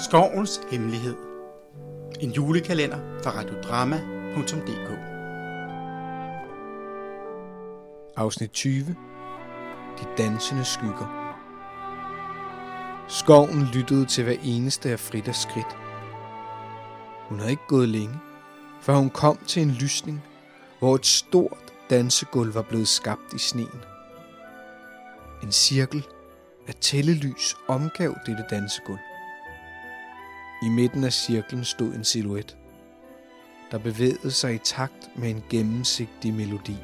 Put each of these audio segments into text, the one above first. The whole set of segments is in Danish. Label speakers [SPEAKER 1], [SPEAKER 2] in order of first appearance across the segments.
[SPEAKER 1] Skovens hemmelighed. En julekalender fra radiodrama.dk.
[SPEAKER 2] Afsnit 20. De dansende skygger. Skoven lyttede til hver eneste af Fridas skridt. Hun havde ikke gået længe, før hun kom til en lysning, hvor et stort dansegulv var blevet skabt i sneen. En cirkel af tællelys omgav dette dansegulv. I midten af cirklen stod en silhuet, der bevægede sig i takt med en gennemsigtig melodi.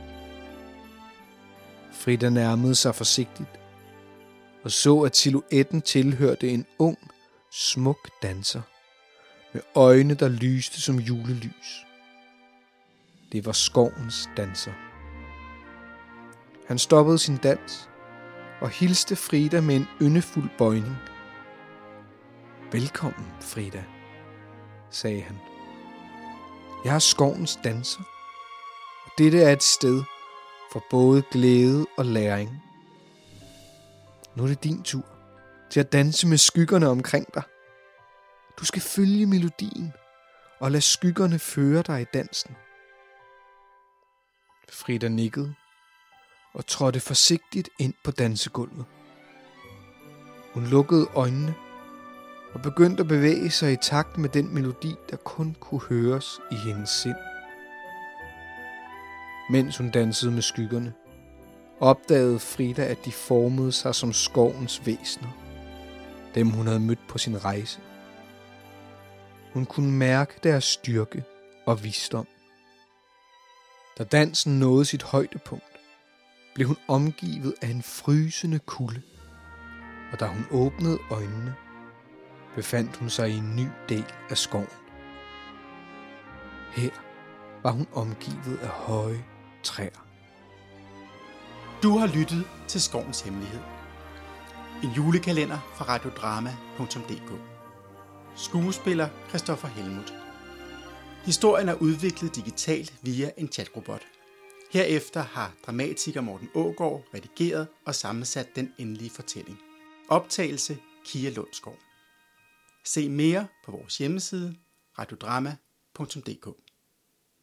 [SPEAKER 2] Frida nærmede sig forsigtigt og så, at silhuetten tilhørte en ung, smuk danser med øjne, der lyste som julelys. Det var skovens danser. Han stoppede sin dans og hilste Frida med en yndefuld bøjning. Velkommen, Frida, sagde han. Jeg er skovens danser, og dette er et sted for både glæde og læring. Nu er det din tur til at danse med skyggerne omkring dig. Du skal følge melodien og lade skyggerne føre dig i dansen. Frida nikkede og trådte forsigtigt ind på dansegulvet. Hun lukkede øjnene og begyndte at bevæge sig i takt med den melodi, der kun kunne høres i hendes sind. Mens hun dansede med skyggerne, opdagede Frida, at de formede sig som skovens væsener, dem hun havde mødt på sin rejse. Hun kunne mærke deres styrke og visdom. Da dansen nåede sit højdepunkt, blev hun omgivet af en frysende kulde, og da hun åbnede øjnene, befandt hun sig i en ny del af skoven. Her var hun omgivet af høje træer.
[SPEAKER 1] Du har lyttet til Skovens hemmelighed. En julekalender fra radiodrama.dk. Skuespiller Christoffer Helmuth. Historien er udviklet digitalt via en chatrobot. Herefter har dramatiker Morten Aagaard redigeret og sammensat den endelige fortælling. Optagelse Kia Lundsgaard. Se mere på vores hjemmeside radiodrama.dk.